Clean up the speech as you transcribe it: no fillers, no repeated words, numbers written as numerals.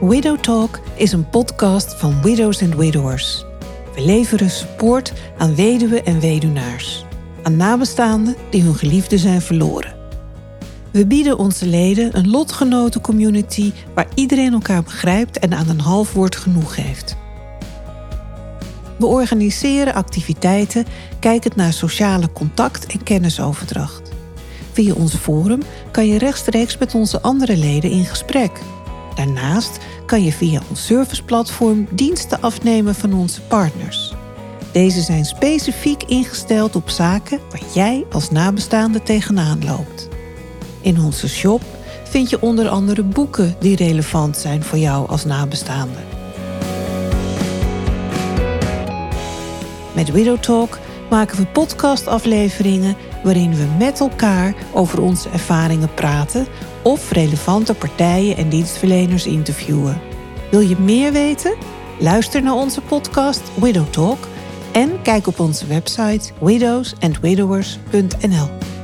Widow Talk is een podcast van Widows and Widowers. We leveren support aan weduwen en weduwnaars. Aan nabestaanden die hun geliefden zijn verloren. We bieden onze leden een lotgenotencommunity waar iedereen elkaar begrijpt en aan een half woord genoeg heeft. We organiseren activiteiten kijkend naar sociale contact en kennisoverdracht. Via ons forum kan je rechtstreeks met onze andere leden in gesprek. Daarnaast kan je via ons serviceplatform diensten afnemen van onze partners. Deze zijn specifiek ingesteld op zaken waar jij als nabestaande tegenaan loopt. In onze shop vind je onder andere boeken die relevant zijn voor jou als nabestaande. Met Widow Talk maken we podcastafleveringen waarin we met elkaar over onze ervaringen praten of relevante partijen en dienstverleners interviewen. Wil je meer weten? Luister naar onze podcast Widow Talk en kijk op onze website widowsandwidowers.nl.